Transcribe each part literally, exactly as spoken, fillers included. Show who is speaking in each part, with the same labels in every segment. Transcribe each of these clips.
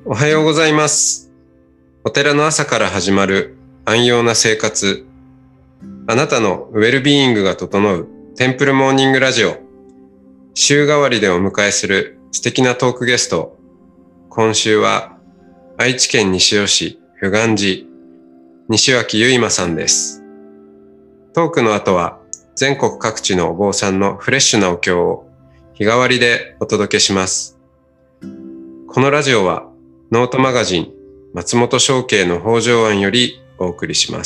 Speaker 1: おはようございます。お寺の朝から始まる安養な生活。あなたのウェルビーイングが整うテンプルモーニングラジオ。週替わりでお迎えする素敵なトークゲスト。今週は愛知県西尾市普願寺西脇ゆいまさんです。トークの後は全国各地のお坊さんのフレッシュなお経を日替わりでお届けします。このラジオはノートマガジン松本商家の北条庵よりお送りします。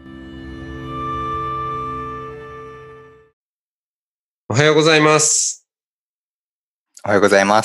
Speaker 1: おはようございます。
Speaker 2: おはようございます。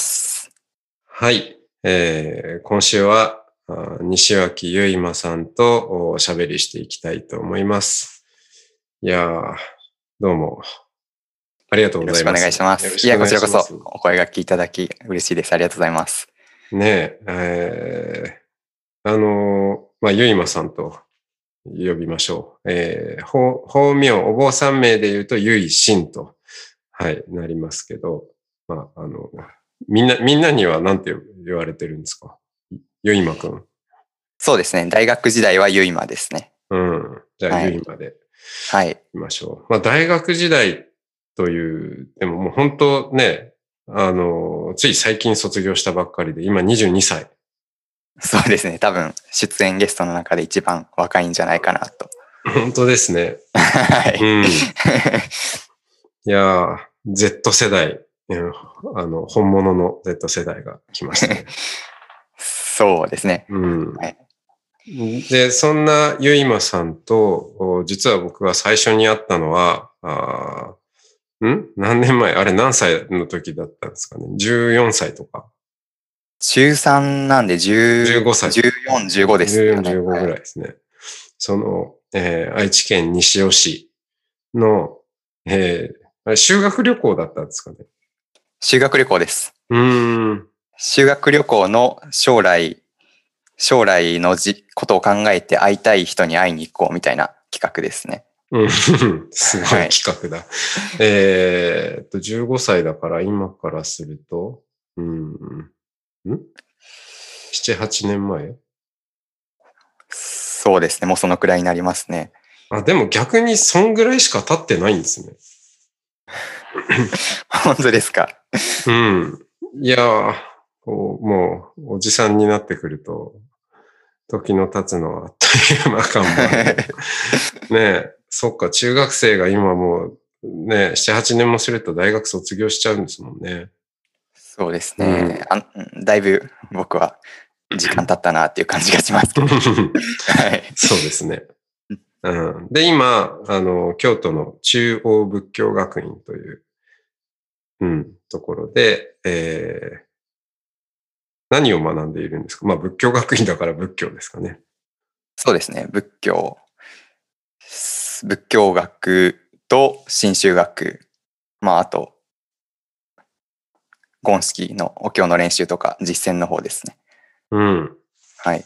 Speaker 1: はい、えー、今週は西脇ゆいまさんとおしゃべりしていきたいと思います。いやー、どうもありがとうございます。
Speaker 2: よろしくお願いします。いや、こちらこそお声掛けいただき嬉しいです。ありがとうございます。
Speaker 1: ねえ、えー、あのー、まあ、ゆいまさんと呼びましょう。えー、法、法名、お坊さん名で言うとゆいしんと、はい、なりますけど、まあ、あの、みんな、みんなには何て言われてるんですか？ゆいまくん。
Speaker 2: そうですね。大学時代はゆいまですね。
Speaker 1: うん。じゃあ、ゆいまで。
Speaker 2: はい。
Speaker 1: 行きましょう。はい、まあ、大学時代という、でももう本当ね、あの、つい最近卒業したばっかりで、今にじゅうにさい。
Speaker 2: そうですね。多分、出演ゲストの中で一番若いんじゃないかなと。
Speaker 1: 本当ですね。
Speaker 2: はい。うん、い
Speaker 1: やー、Z 世代、あの、本物の Z 世代が来ましたね。
Speaker 2: そうですね。
Speaker 1: うん。はい、で、そんなゆいまさんと、実は僕が最初に会ったのは、あん何年前あれ何歳の時だったんですかね。じゅうよんさいとか。
Speaker 2: 中さんなんでじゅう、
Speaker 1: じゅうごさい。
Speaker 2: じゅうよん、じゅうごですね。
Speaker 1: じゅうよん、じゅうごぐらいですね。はい、その、えー、愛知県西尾市の、えー、修学旅行だったんですかね。
Speaker 2: 修学旅行です。
Speaker 1: うーん。
Speaker 2: 修学旅行の将来、将来のじことを考えて会いたい人に会いに行こうみたいな企画ですね。
Speaker 1: うん、すごい企画だ。はい、えっと、じゅうごさいだから今からすると、うん、ん ?なな、はちねんまえ？
Speaker 2: そうですね。もうそのくらいになりますね。
Speaker 1: あ、でも逆にそんぐらいしか経ってないんですね。
Speaker 2: 本当ですか？
Speaker 1: うん。いやー、こう、もう、おじさんになってくると、時の経つのはあっという間感もある。ねえ、そっか、中学生が今もう、ね、なな、はちねんもすると大学卒業しちゃうんですもんね。
Speaker 2: そうですね。うん、あだいぶ僕は時間経ったなっていう感じがしますけど。はい、
Speaker 1: そうですね。うん、で、今、あの、京都の中央仏教学院という、うん、ところで、えー、何を学んでいるんですか？まあ、仏教学院だから仏教ですかね。
Speaker 2: そうですね。仏教。仏教学と真宗学。まあ、あと、ゴンスキーのお経の練習とか実践の方ですね。
Speaker 1: うん。
Speaker 2: はい。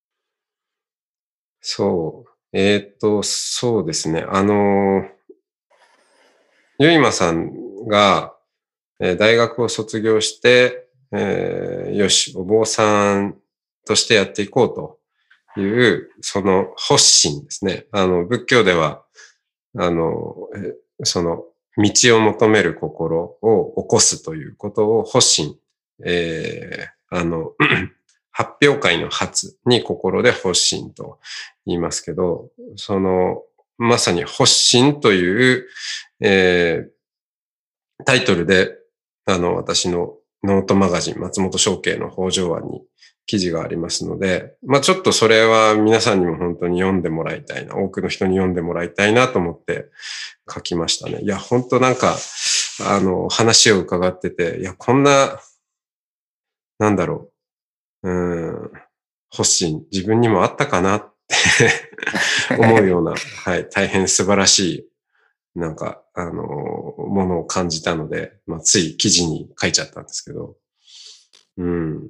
Speaker 1: そう。えー、っと、そうですね。あの、ゆいまさんが、えー、大学を卒業して、えー、よし、お坊さんとしてやっていこうという、その発心ですね。あの、仏教では、あの、えその、道を求める心を起こすということを発心、えー、あの、発表会の発に心で発心と言いますけど、その、まさに発心という、えー、タイトルで、あの、私のノートマガジン、松本商家の北条庵に記事がありますので、まあちょっとそれは皆さんにも本当に読んでもらいたいな、多くの人に読んでもらいたいなと思って書きましたね。いや、本当なんか、あの、話を伺ってて、いや、こんな、なんだろう、うん、発心、自分にもあったかなって思うような、はい、大変素晴らしい、なんか、あの、ものを感じたので、まあ、つい記事に書いちゃったんですけど。うん。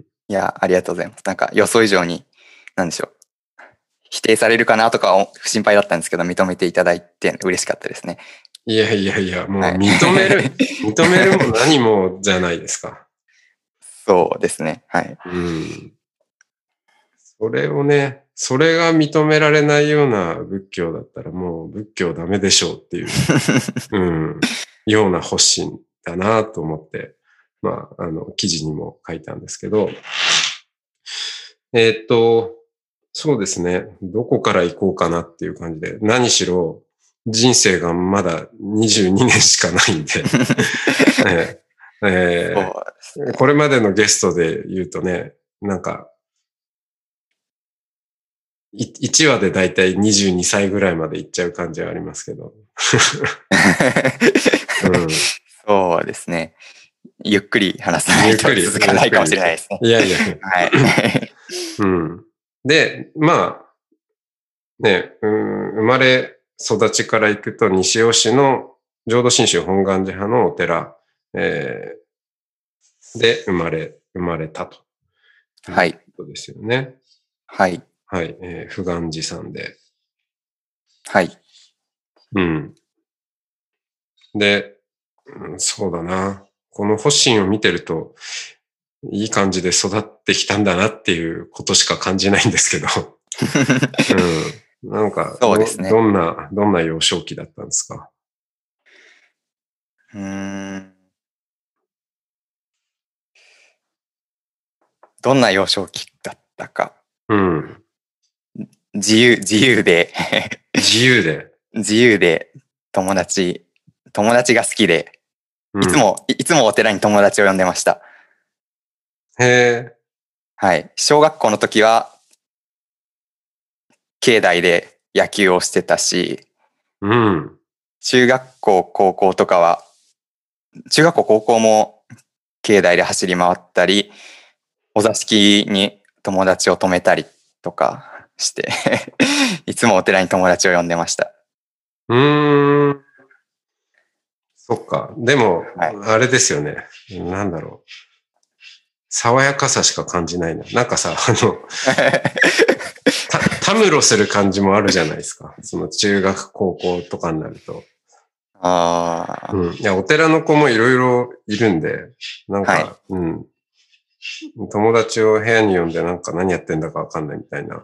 Speaker 2: いや、ありがとうございます。なんか予想以上に、なんでしょう。否定されるかなとか心配だったんですけど、認めていただいて嬉しかったですね。
Speaker 1: いやいやいや、もう認める、はい、認めるも何もじゃないですか。
Speaker 2: そうですね。はい。
Speaker 1: うん。それをね、それが認められないような仏教だったらもう仏教ダメでしょうっていう、うん、ような発信だなと思って、まあ、あの、記事にも書いたんですけど、えーっと、そうですね。どこから行こうかなっていう感じで、何しろ人生がまだにじゅうにねんしかないんで、えーえー
Speaker 2: そうですね。
Speaker 1: これまでのゲストで言うとね、なんか、いちわでだいたいにじゅうにさいぐらいまで行っちゃう感じはありますけど。うん、
Speaker 2: そうですね。ゆっくり話さないと続かないかもしれないですね。
Speaker 1: いやいや。
Speaker 2: はい。
Speaker 1: うん。で、まあ、ね、うん、生まれ育ちから行くと西尾市の浄土真宗本願寺派のお寺、えー、で生まれ、生まれたと。
Speaker 2: はい。
Speaker 1: いうことですよね。
Speaker 2: はい。
Speaker 1: はい。えー、不願寺さんで。
Speaker 2: はい。
Speaker 1: うん。で、うん、そうだな。この発信を見てると、いい感じで育ってきたんだなっていうことしか感じないんですけど。うん。なんかど、
Speaker 2: そうですね。
Speaker 1: どんな、どんな幼少期だったんですか？
Speaker 2: うーん。どんな幼少期だったか。
Speaker 1: うん。
Speaker 2: 自由、自由で
Speaker 1: 自由で。
Speaker 2: 自由で友達、友達が好きで、
Speaker 1: うん、
Speaker 2: いつも、いつもお寺に友達を呼んでました。
Speaker 1: へえ。
Speaker 2: はい。小学校の時は、境内で野球をしてたし、
Speaker 1: うん。
Speaker 2: 中学校、高校とかは、中学校、高校も境内で走り回ったり、お座敷に友達を泊めたりとかしていつもお寺に友達を呼んでました。
Speaker 1: うーん。そっか。でも、
Speaker 2: はい、
Speaker 1: あれですよね。なんだろう。爽やかさしか感じないな。なんかさ、あの、た、たむろする感じもあるじゃないですか。その中学、高校とかになると。
Speaker 2: ああ。
Speaker 1: うん。いや、お寺の子もいろいろいるんで、なんか、はい、うん。友達を部屋に呼んでなんか何やってんだかわかんないみたいな。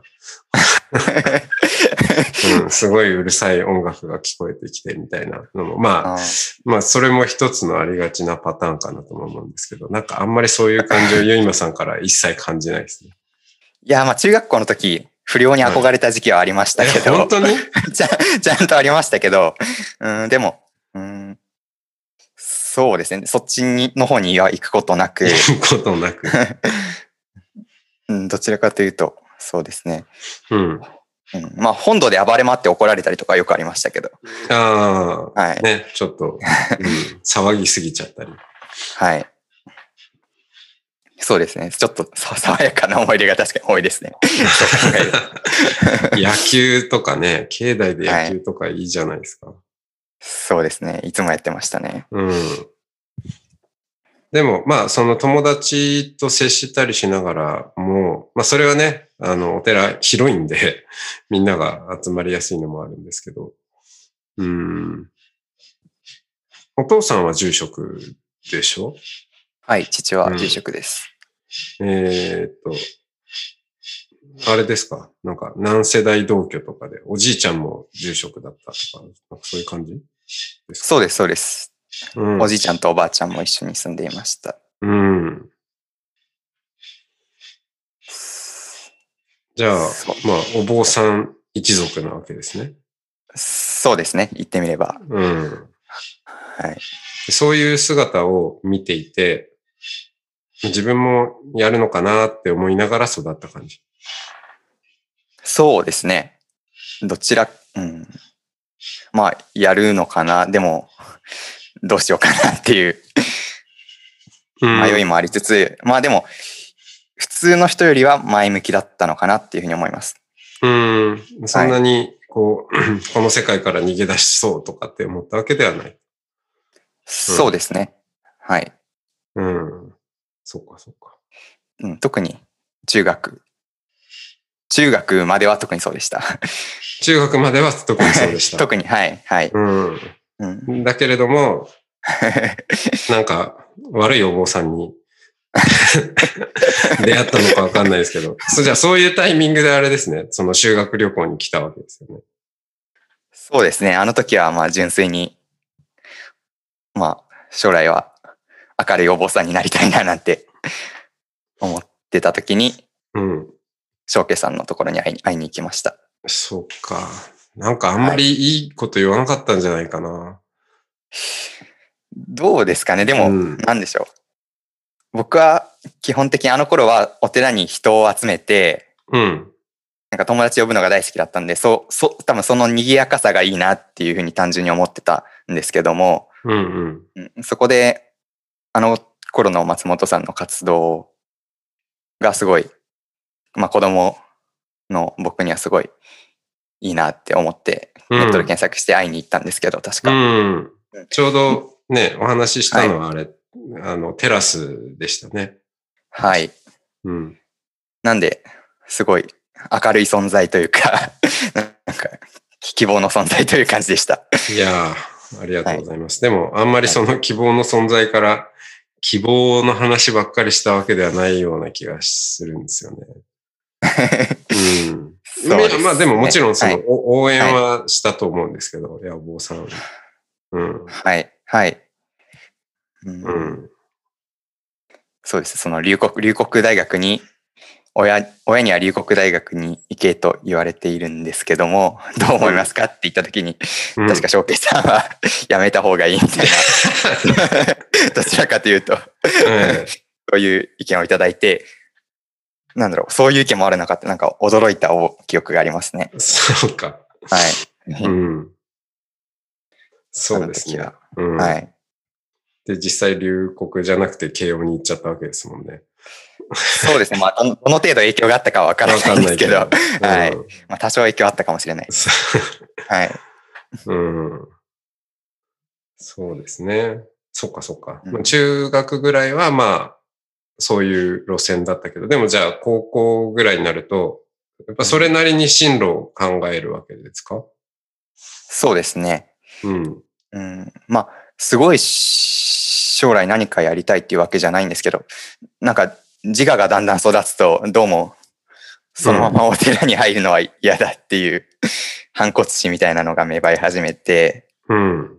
Speaker 1: うん、すごいうるさい音楽が聞こえてきてみたいなのも、まあ、あまあ、それも一つのありがちなパターンかなとも思うんですけど、なんかあんまりそういう感じをゆいまさんから一切感じないですね。
Speaker 2: いや、まあ中学校の時、不良に憧れた時期はありましたけど。
Speaker 1: はい、本当に
Speaker 2: ちゃちゃんとありましたけど、うん、でも、うん、そうですね。そっちにの方には行くことなく。
Speaker 1: 行くことなく。
Speaker 2: うん、どちらかというと、そうですね。
Speaker 1: うん。
Speaker 2: うん、まあ本土で暴れ回って怒られたりとかよくありましたけど。
Speaker 1: ああ、
Speaker 2: はい、
Speaker 1: ね、ちょっと、うん、騒ぎすぎちゃったり。
Speaker 2: はい。そうですね。ちょっと爽やかな思い出が確かに多いですね。そう考
Speaker 1: える野球とかね、境内で野球とかいいじゃないですか。はい、
Speaker 2: そうですね。いつもやってましたね。
Speaker 1: うん。でも、まあ、その友達と接したりしながらも、まあ、それはね、あの、お寺広いんで、みんなが集まりやすいのもあるんですけど、うん。お父さんは住職でしょ？
Speaker 2: はい、父は住職です。
Speaker 1: うん、えー、っと、あれですか？なんか何世代同居とかで、おじいちゃんも住職だったとか、なんかそういう感じですか？
Speaker 2: そうです、そうです。うん、おじいちゃんとおばあちゃんも一緒に住んでいました。
Speaker 1: うん。じゃあ、まあ、お坊さん一族なわけですね。
Speaker 2: そうですね。言ってみれば。
Speaker 1: うん。
Speaker 2: はい。
Speaker 1: そういう姿を見ていて、自分もやるのかなって思いながら育った感じ。
Speaker 2: そうですね。どちら、うん。まあ、やるのかな。でも、どうしようかなっていう迷いもありつつ、うん、まあでも、普通の人よりは前向きだったのかなっていうふうに思います。
Speaker 1: うん。そんなに、こう、はい、この世界から逃げ出しそうとかって思ったわけではない。
Speaker 2: そうですね。うん、はい。
Speaker 1: うん。そっかそっか。
Speaker 2: うん、特に中学。中学までは特にそうでした。
Speaker 1: 中学までは特にそうでした。
Speaker 2: 特に、はい、はい。
Speaker 1: うん。うん、だけれども、なんか悪いお坊さんに出会ったのかわかんないですけど。そじゃあそういうタイミングであれですね。その修学旅行に来たわけですよね。
Speaker 2: そうですね。あの時はまあ純粋に、まあ将来は明るいお坊さんになりたいななんて思ってた時に、
Speaker 1: うん。
Speaker 2: 翔慶さんのところに会いに会いに行きました。
Speaker 1: そうか。なんかあんまりいいこと言わなかったんじゃないかな。はい、
Speaker 2: どうですかね。でも、うん、なんでしょう。僕は基本的にあの頃はお寺に人を集めて、
Speaker 1: うん。
Speaker 2: なんか友達呼ぶのが大好きだったんで、そう、そう、多分その賑やかさがいいなっていうふうに単純に思ってたんですけども、
Speaker 1: うん
Speaker 2: うん、そこで、あの頃の松本さんの活動がすごい、まあ子供の僕にはすごいいいなって思って、ネットで検索して会いに行ったんですけど、確か。
Speaker 1: うん。ちょうどね、お話ししたのはあれ、はい、あの、テラスでしたね。
Speaker 2: はい。
Speaker 1: うん。
Speaker 2: なんで、すごい明るい存在というか、なんか、希望の存在という感じでした。
Speaker 1: いやー、ありがとうございます。はい、でも、あんまりその希望の存在から、希望の話ばっかりしたわけではないような気がするんですよね。うん。そうですね、まあでももちろんその、はい、応援はしたと思うんですけど、はい、いや、お坊さん。うん。
Speaker 2: はい、はい。
Speaker 1: うん。うん、
Speaker 2: そうです。その龍谷、龍谷大学に、親、親には龍谷大学に行けと言われているんですけども、どう思いますかって言ったときに、うん、確か翔慶さんはやめた方がいいみたいな、どちらかというと、そういう意見をいただいて、なんだろう、そういう意見もあるのかってなんか驚いた記憶がありますね。
Speaker 1: そうか。
Speaker 2: はい。
Speaker 1: うん。そうですね。
Speaker 2: うん、はい。
Speaker 1: で、実際龍谷じゃなくて慶応に行っちゃったわけですもんね。
Speaker 2: そうですね。まあ、どの程度影響があったかはわからないんですけど、けどうん、はい。まあ、多少影響あったかもしれないです。はい。
Speaker 1: うん。そうですね。そっかそっか。うん、中学ぐらいはまあ、そういう路線だったけど、でもじゃあ高校ぐらいになると、やっぱそれなりに進路を考えるわけですか？
Speaker 2: そうですね。
Speaker 1: うん。
Speaker 2: うん、まあ、すごい将来何かやりたいっていうわけじゃないんですけど、なんか自我がだんだん育つと、どうもそのままお寺に入るのは嫌だっていう、うん、反骨心みたいなのが芽生え始めて、
Speaker 1: うん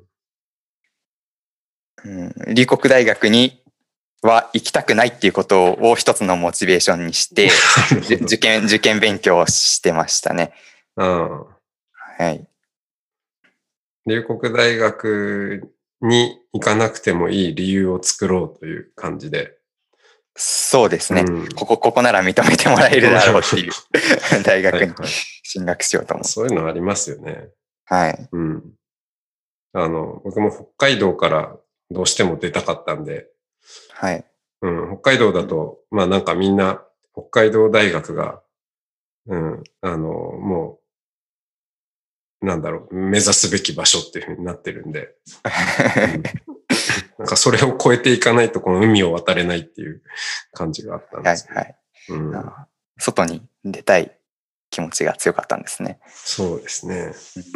Speaker 2: うん、龍谷大学には行きたくないっていうことを一つのモチベーションにして受験受験勉強をしてましたね。
Speaker 1: ああ、
Speaker 2: はい。
Speaker 1: 龍谷大学に行かなくてもいい理由を作ろうという感じで。
Speaker 2: そうですね。うん、ここここなら認めてもらえるだろうっていう大学に進学しようと思う。
Speaker 1: そういうのありますよね。
Speaker 2: はい。
Speaker 1: うん。あの僕も北海道からどうしても出たかったんで。
Speaker 2: はい。
Speaker 1: うん、北海道だと、うん、まあなんかみんな北海道大学が、うん、あの、もう、なんだろう、目指すべき場所っていう風になってるんで、うん、なんかそれを超えていかないとこの海を渡れないっていう感じがあったんです、ね。
Speaker 2: はいはい。
Speaker 1: うん、
Speaker 2: 外に出たい気持ちが強かったんですね。
Speaker 1: そうですね。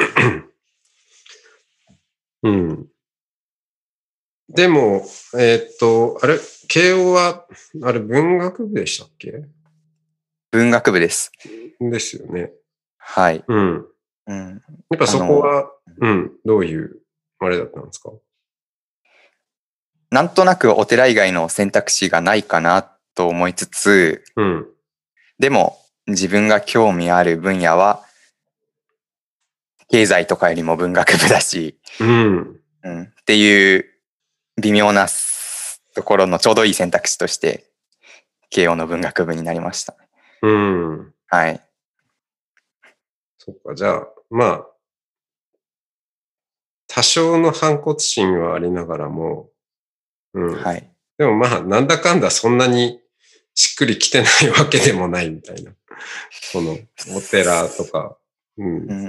Speaker 1: うん。でも、えー、っと、あれ、慶応は、あれ、文学部でしたっけ？
Speaker 2: 文学部です。
Speaker 1: ですよね。
Speaker 2: はい。
Speaker 1: うん。
Speaker 2: うん、
Speaker 1: やっぱそこは、うん、どういう、あれだったんですか？
Speaker 2: なんとなくお寺以外の選択肢がないかなと思いつつ、
Speaker 1: うん、
Speaker 2: でも自分が興味ある分野は、経済とかよりも文学部だし、
Speaker 1: うん
Speaker 2: うん、っていう微妙なところのちょうどいい選択肢として、慶応の文学部になりました。
Speaker 1: うん。
Speaker 2: はい。
Speaker 1: そっか、じゃあ、まあ、多少の反骨心はありながらも、うん。
Speaker 2: はい。
Speaker 1: でもまあ、なんだかんだそんなにしっくりきてないわけでもないみたいな。この、お寺とか。うん。
Speaker 2: うん、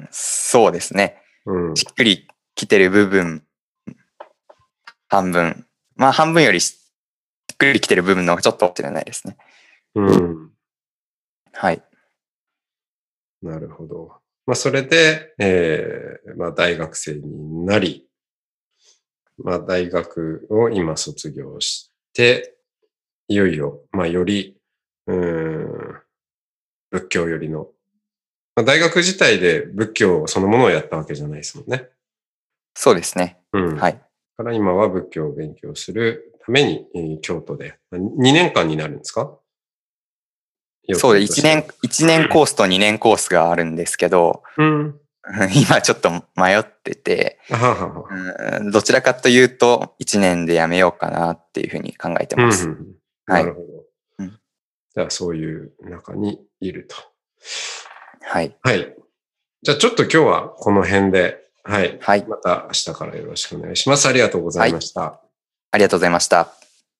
Speaker 2: そうですね。
Speaker 1: うん。
Speaker 2: しっくりきてる部分、半分。まあ、半分よりしっくりきてる部分の方がちょっと知らないですね。
Speaker 1: うん。
Speaker 2: はい。
Speaker 1: なるほど。まあ、それで、えー、まあ、大学生になり、まあ、大学を今卒業して、 いよいよ、まあ、より、うーん、仏教よりの、まあ、大学自体で仏教そのものをやったわけじゃないですもんね。
Speaker 2: そうですね。
Speaker 1: うん。
Speaker 2: はい。
Speaker 1: だから今は仏教を勉強するために、えー京都で、にねんかんになるんですか？
Speaker 2: そうで、1年、一年コースとにねんコースがあるんですけど、
Speaker 1: うん。
Speaker 2: 今ちょっと迷ってて、
Speaker 1: ははは。
Speaker 2: うん、どちらかというといちねんでやめようかなっていうふうに考えてます。
Speaker 1: うんうんうん、
Speaker 2: はい。
Speaker 1: なるほど。
Speaker 2: うん、
Speaker 1: じゃあそういう中にいると。
Speaker 2: はい。
Speaker 1: はい。じゃあちょっと今日はこの辺で、はい。
Speaker 2: はい。
Speaker 1: また明日からよろしくお願いします。ありがとうございました。はい、
Speaker 2: ありがとうございました。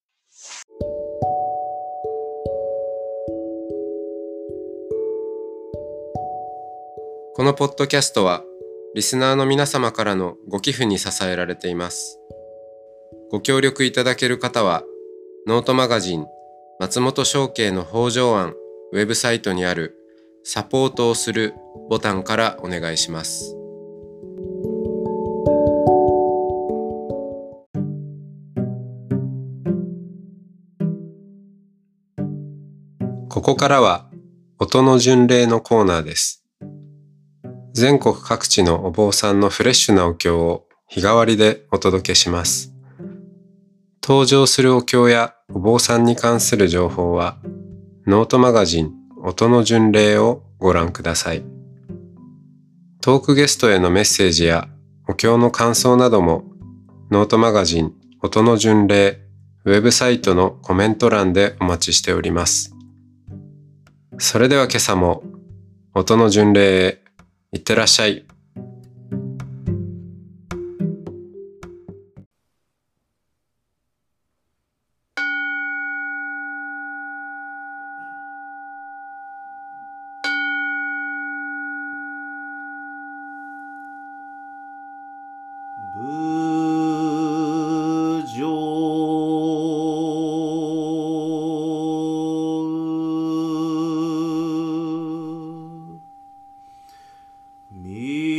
Speaker 1: このポッドキャストはリスナーの皆様からのご寄付に支えられています。ご協力いただける方はノートマガジン松本商家の北条案ウェブサイトにあるサポートをするボタンからお願いします。ここからは音の巡礼のコーナーです。全国各地のお坊さんのフレッシュなお経を日替わりでお届けします。登場するお経やお坊さんに関する情報はノートマガジン音の巡礼をご覧ください。トークゲストへのメッセージやお経の感想などもノートマガジン音の巡礼ウェブサイトのコメント欄でお待ちしております。それでは今朝も音の巡礼へいってらっしゃい。
Speaker 3: み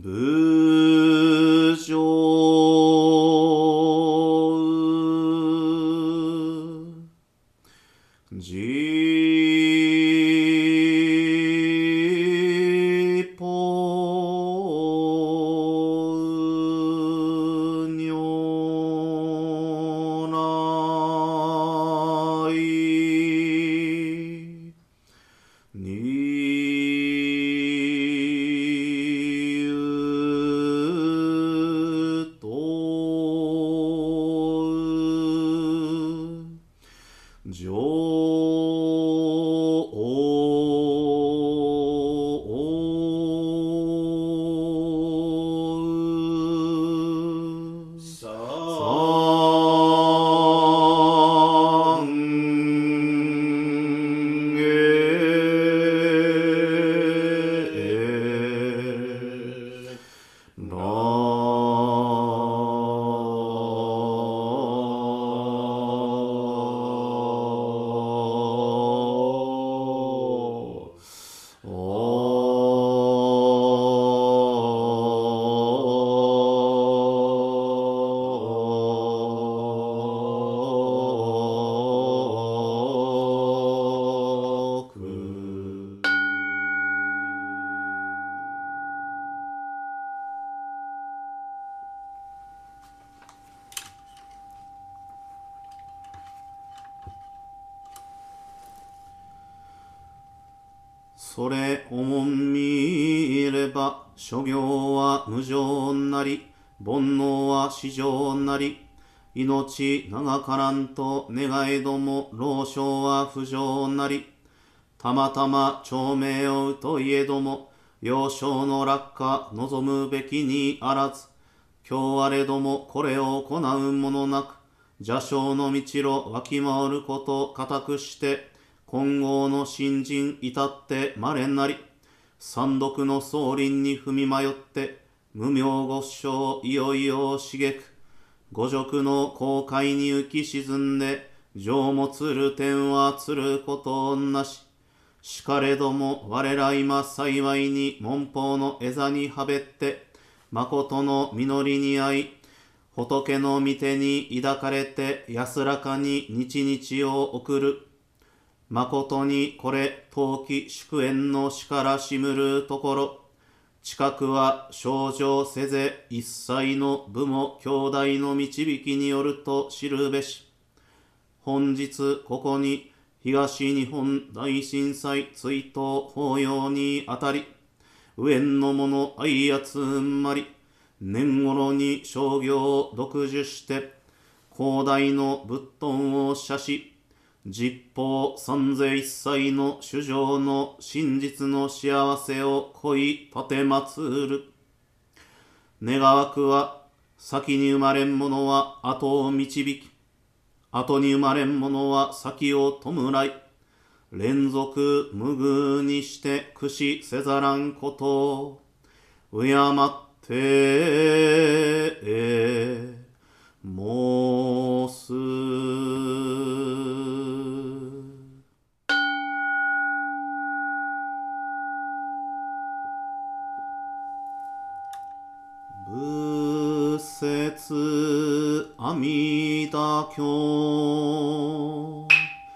Speaker 3: 無常実法如来にと上それをも見れば諸行は無常なり煩悩は至常なり命長からんと願えども老少は不浄なりたまたま長命をうといえども幼少の落下望むべきにあらず今日あれどもこれを行うものなく邪生の道路わきまわること固くして金剛の新人至って稀なり三毒の総輪に踏み迷って無名五生いよいよ茂く五辱の航海に浮き沈んで情もつる天はつることなししかれども我ら今幸いに門法の枝にはべって誠の実りに合い仏の御手に抱かれて安らかに日々を送る誠にこれ冬季祝宴のしからしむるところ近くは症状せぜ一切の部も兄弟の導きによると知るべし本日ここに東日本大震災追悼法要にあたり上の者愛集まり年頃に商業を独自して広大の仏頓を写し実法三世一切の主情の真実の幸せを恋立てまつる。願わくは先に生まれん者は後を導き、後に生まれん者は先を弔い、連続無偶にして駆使せざらんことを敬って申す。仏説阿弥陀経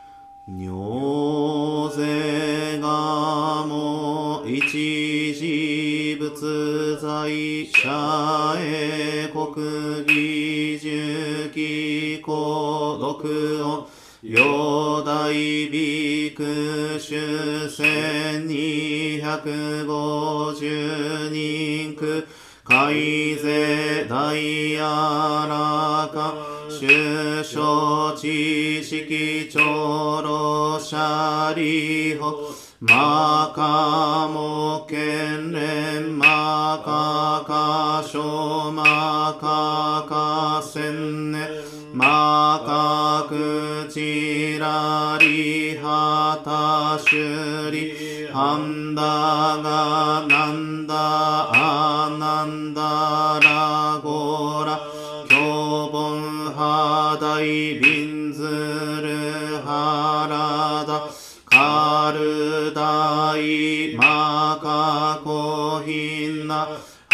Speaker 3: 如是がも一時仏在者へ国義十期孤独を四大ビク主千二百五十人区海勢大あらか主所知識長老者利法マカモケンレンマカカショマカカセンネマカクチラリハタシュリハンダガナンダアナンダラゴラキョボンハダイビンズルハラダカルダイマカコヒンナ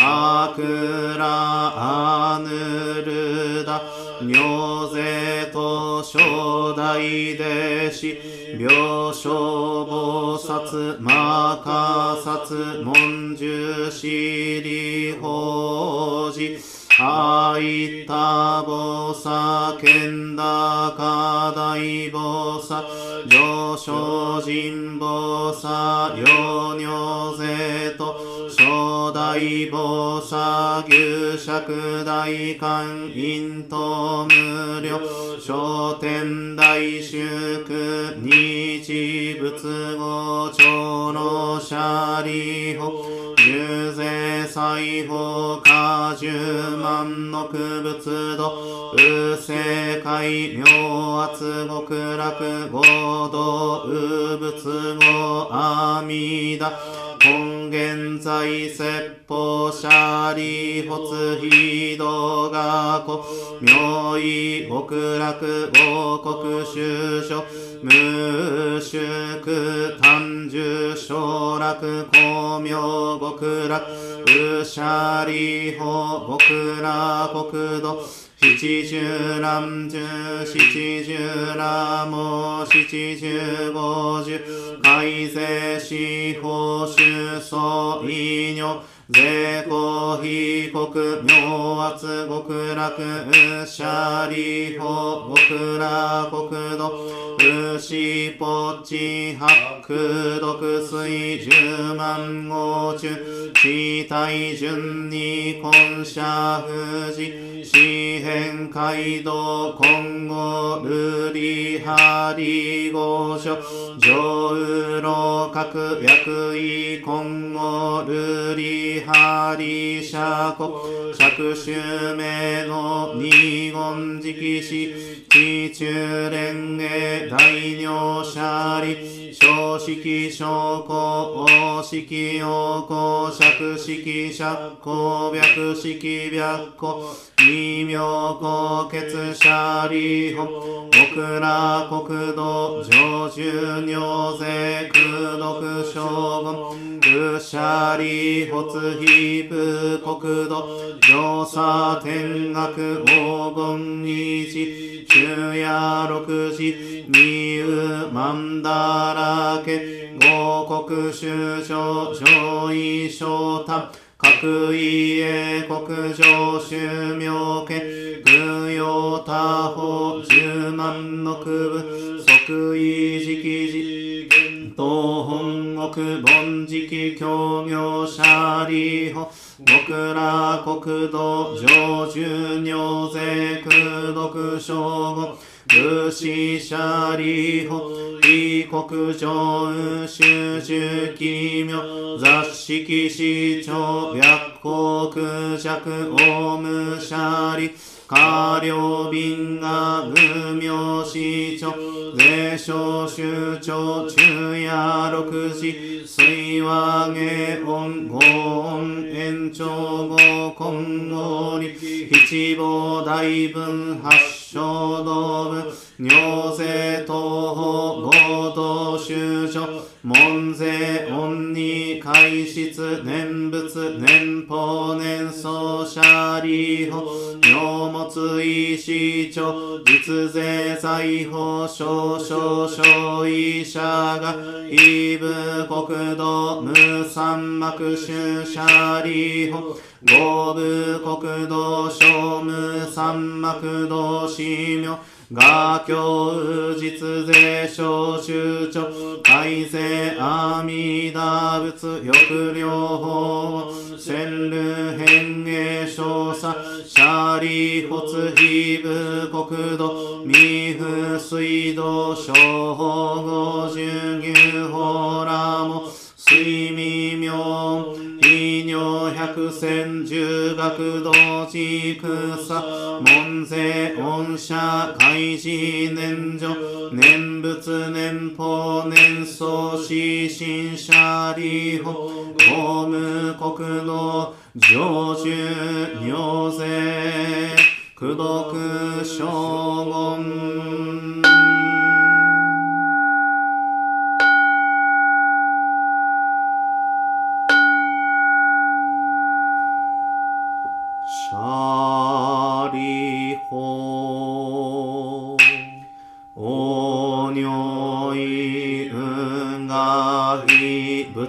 Speaker 3: 桜あぬるだ如是と初代弟子病床菩薩摩訶薩文殊師利法寺あいた菩薩剣高大菩薩上昇人菩薩よ如是と初代菩薩牛釈大観音と無量昇天大祝日仏語長老舎利法十世西方果十万の仏土右世界明圧極楽合同右仏語阿弥陀根現在説法舎利発非道学古妙意極楽王国修書無宿単樹昇楽光明極楽右舎利法極楽国土七十乱十七十羅網七十五十改正司法主総異女税公被告明圧極楽舎利法極楽国土牛ぽっち八苦毒水十万号中地体順に根社富士四辺街道今後瑠璃ハリ御所上右老各役位今後瑠璃ハリ社国釈宗名の二言直視地中連営大尿舎利小式小公大式陽公釈式釈公白式白公異名公血舎利法極楽国土上州尿税空毒将軍愚舎利発非部国土上差天学黄金二次昼夜六時二右曼荼羅家五国修正上位昇丹各位英国上宗明家供養他法十万の区即位直時東本国凡直教行舎利法極楽国土上州尿税空毒将軍武士舎利法異国上修十奇妙雑式市長白光空尺オウム舎利下領賓が無名市長税商州長昼夜六時水和下音五音延長五根合理七宝大分八正道分尿税東方合同修正門税音に開室念仏年法年相舎利法尿物医師長実税財法少々小医者が異部国土無三幕主舎利法五部国土小無三幕土司名画教実税小州長改正阿弥陀仏抑量法千流変化少佐舎利発非部国土未府水道小法五十牛法ラモ水未明異尿百千十学道地草門税恩社開示年女念仏年法年相死新舎利法公務国土上州尿税功徳将軍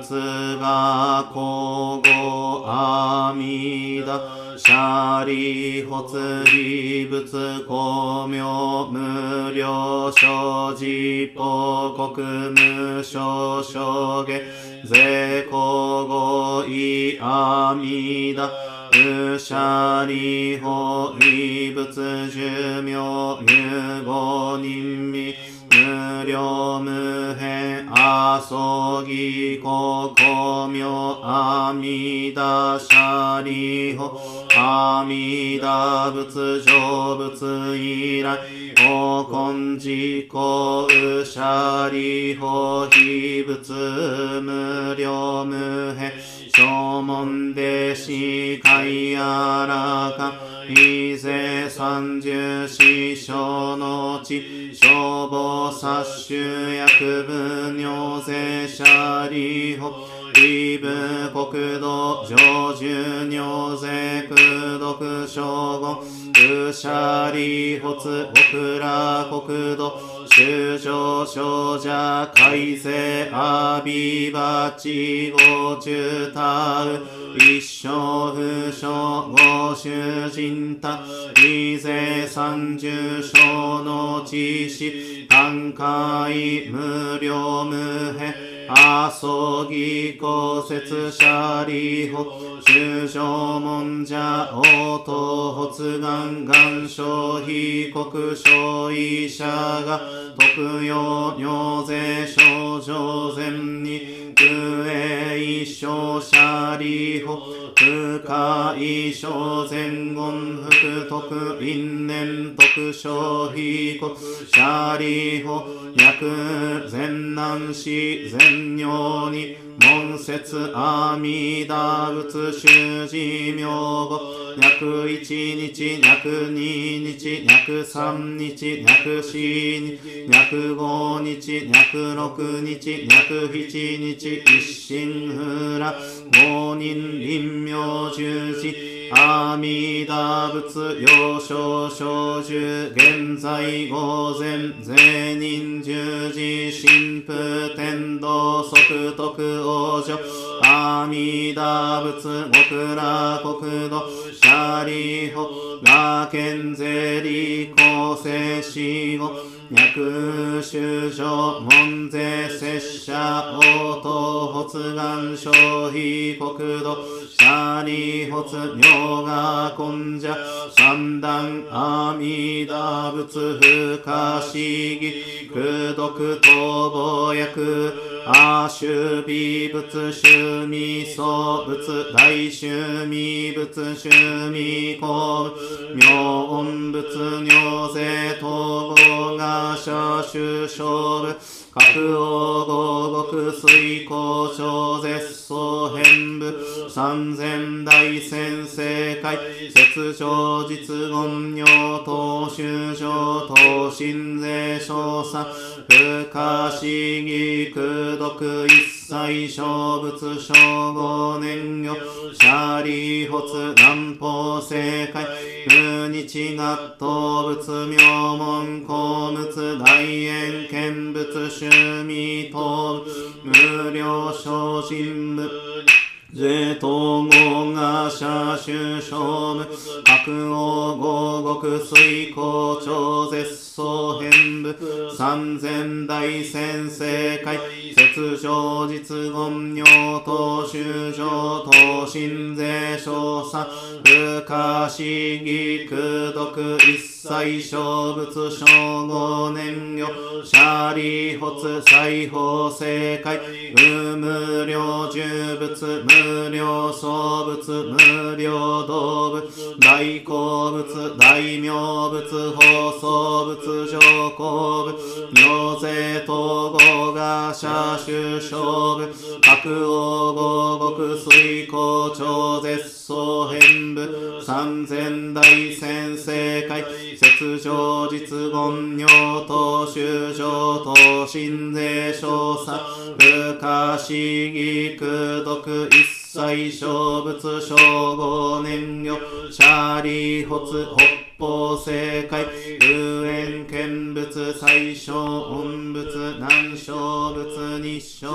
Speaker 3: 仏が古語阿弥陀舎利発利仏光明無量生実法国無償生下税古語意阿弥陀無舎利法利仏寿命入語人味無量無辺阿僧義故光明阿弥陀舎利法阿弥陀仏成仏以来お根自公無舎利法非仏無量無辺正門弟子海あらか非税三十四章の地消防殺種薬部尿税舎利法非部国土上寿尿税空毒称言無舎利発極楽国土修正少者改正阿鼻罰五中他一生不生五主人他非税三十章の知識単海無量無辺阿僧義公説舎利法修正門者応答発願願書被告書医者が特用尿税症状前に空営一生舎利法不可一生前言福徳因縁特書被告舎利法薬前難死前尿に門説阿弥陀仏修持名語約一日約二日約三日約四日約五日約六日約七日一心不乱五人臨妙十字阿弥陀仏幼少小寿現在午前税人十字神父天道即徳往生阿弥陀仏極楽国土舎利法羅賢税利公正死後脈修正門税拙者応答発願消費国土舎利発妙が根者三段阿弥陀仏不可思議功徳逃亡薬阿修美仏修味僧仏大修味仏修味公妙音仏尿税統合が社修勝部各王合国水光超絶相変部三千大先生会説上実言尿等修上等心税少佐不可思議功徳一切小仏小五年行舎利発南方正解無日学頭仏妙門公仏大円見仏趣味等無量小心部税統合が社修勝部各王合国水光超絶相変部三千大先生会説上実言尿等修上等心税少佐不可思議功徳一切小仏小五年行舎利発西方正解無量寿仏無量創仏無量道仏大好仏大名仏法創仏上皇仏尿税統合が社修勝部各王合国水光超絶相変部三千大先生会説上実言尿等修上等心税少佐不可思議功徳一切小仏小五年行舎利発北方正解無縁見仏最小音仏南小仏日小仏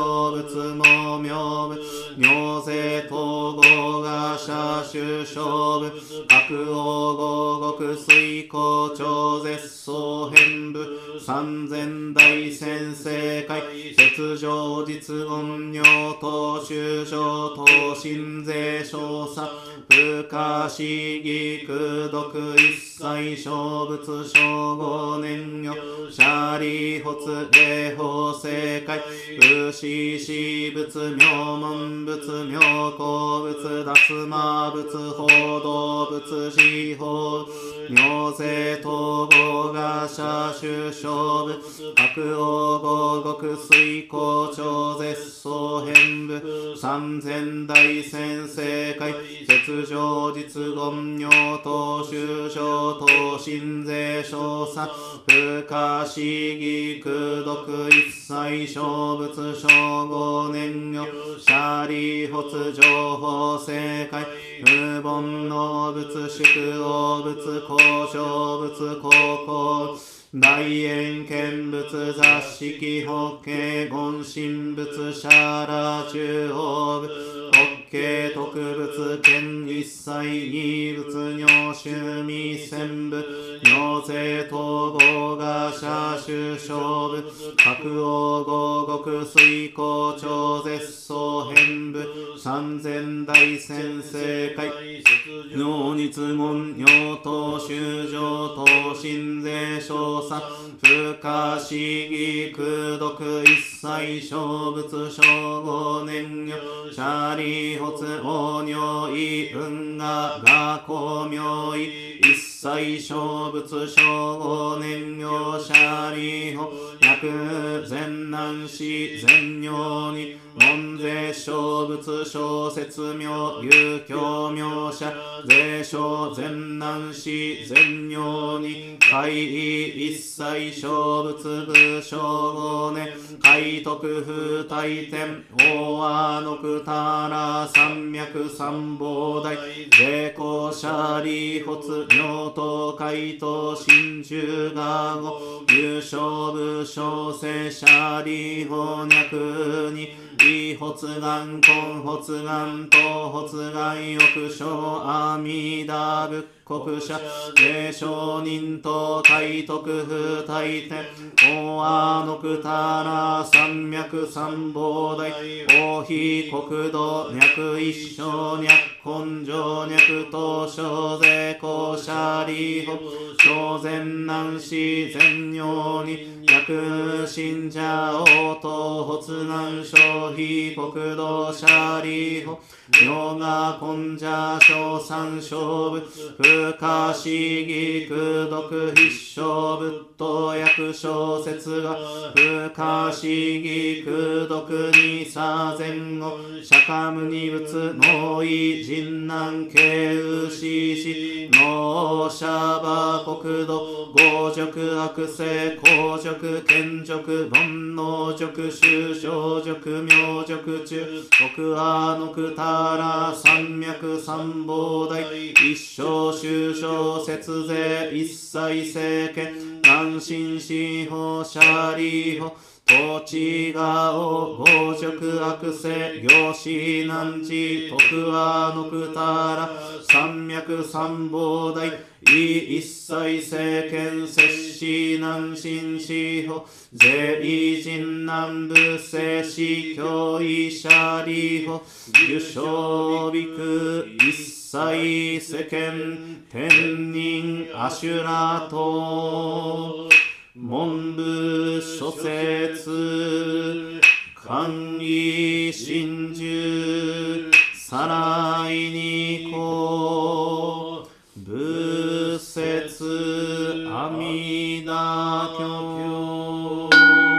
Speaker 3: 仏も明仏妙勢統合が社主勝部各王合国水光超絶相変部三千大先生会雪上実言尿等修正等心税少佐不可思議空毒一切小仏小五年よシャリ発霊法正解不死死仏妙門仏妙高仏脱魔仏報道仏自法妙勢統合が社主勝部各王合国水光超絶相変部三千大先生会雪上実言尿等修正等心税少佐不可思議空毒一切小仏小五年よシャリ発情報正解無煩悩仏宿王仏交渉仏高校大円見仏雑式法華言神仏シャラ中央部法華特仏見一切二仏尿臭味千部尿勢統合が社主勝部各王合国水光超絶相変部三千大先生会尿日言尿等修正等心税少佐不可思議空毒一切小仏小五年よシャリ発王尿意運河が光明意一切小仏小五年よシャリ法薬善難死善尿に門税小仏小説妙有教妙者税小善難死善尿に会意一切小仏部小五年海徳風大天大和のくたら三脈三宝大税公シャリ発妙等海等真珠がご優勝部小生シャリ法脈に異発願根発願等発願欲生阿弥陀仏国者霊承認等海徳風大天大和のくたら三脈三宝大大非国土脈一生脈根性脈等小税公シャリ法小善難死善尿に薬信者応答発願消費国土シャリ法妙が根者小三小部不可思議空毒必勝仏道薬小説が不可思議空毒にさ前後釈迦牟尼仏能意人難慶右死死能シャバ国土強辱悪性公辱賢辱煩悩辱修正辱妙辱中国阿のくたら三脈三宝大一生修正節税一切政権南進司法シャリ法土地がお強辱悪性行使難地徳阿のくたら三脈三宝大異一切政権摂氏南進司法税異人南部摂氏教位シャリ法受賞ビク一切世間天人アシュラト文部諸説官位真珠さらいにこ仏説阿弥陀経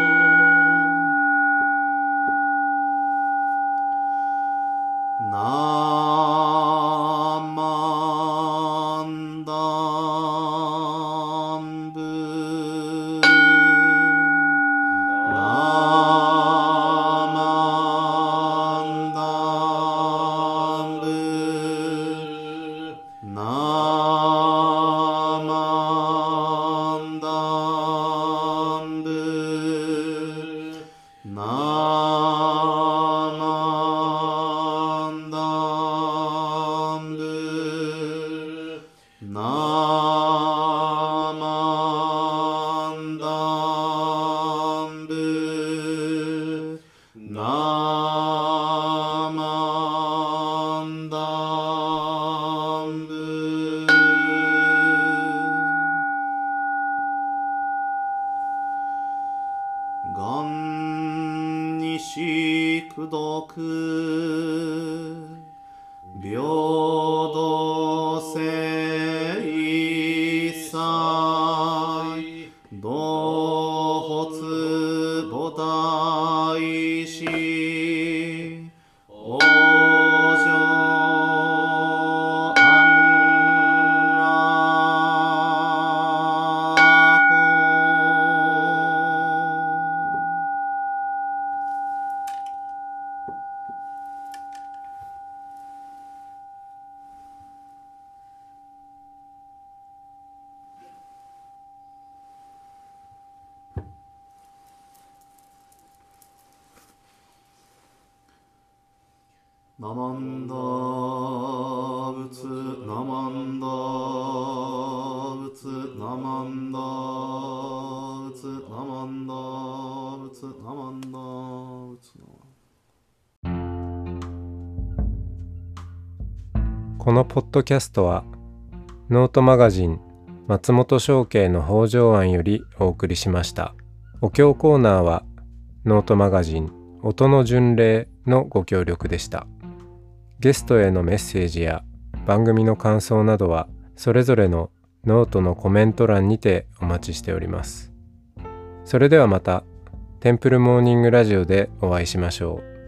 Speaker 3: ナマンダンブナマンダンブ平等性一切同発母体師往生安ナマンダ仏ナマンダ仏ナマンダ仏ナマンダ仏ナマンダ仏。
Speaker 4: このポッドキャストはノートマガジン松本商家の北条庵よりお送りしました。お経コーナーはノートマガジン音の巡礼のご協力でした。ゲストへのメッセージや番組の感想などはそれぞれのノートのコメント欄にてお待ちしております。それではまたテンプルモーニングラジオでお会いしましょう。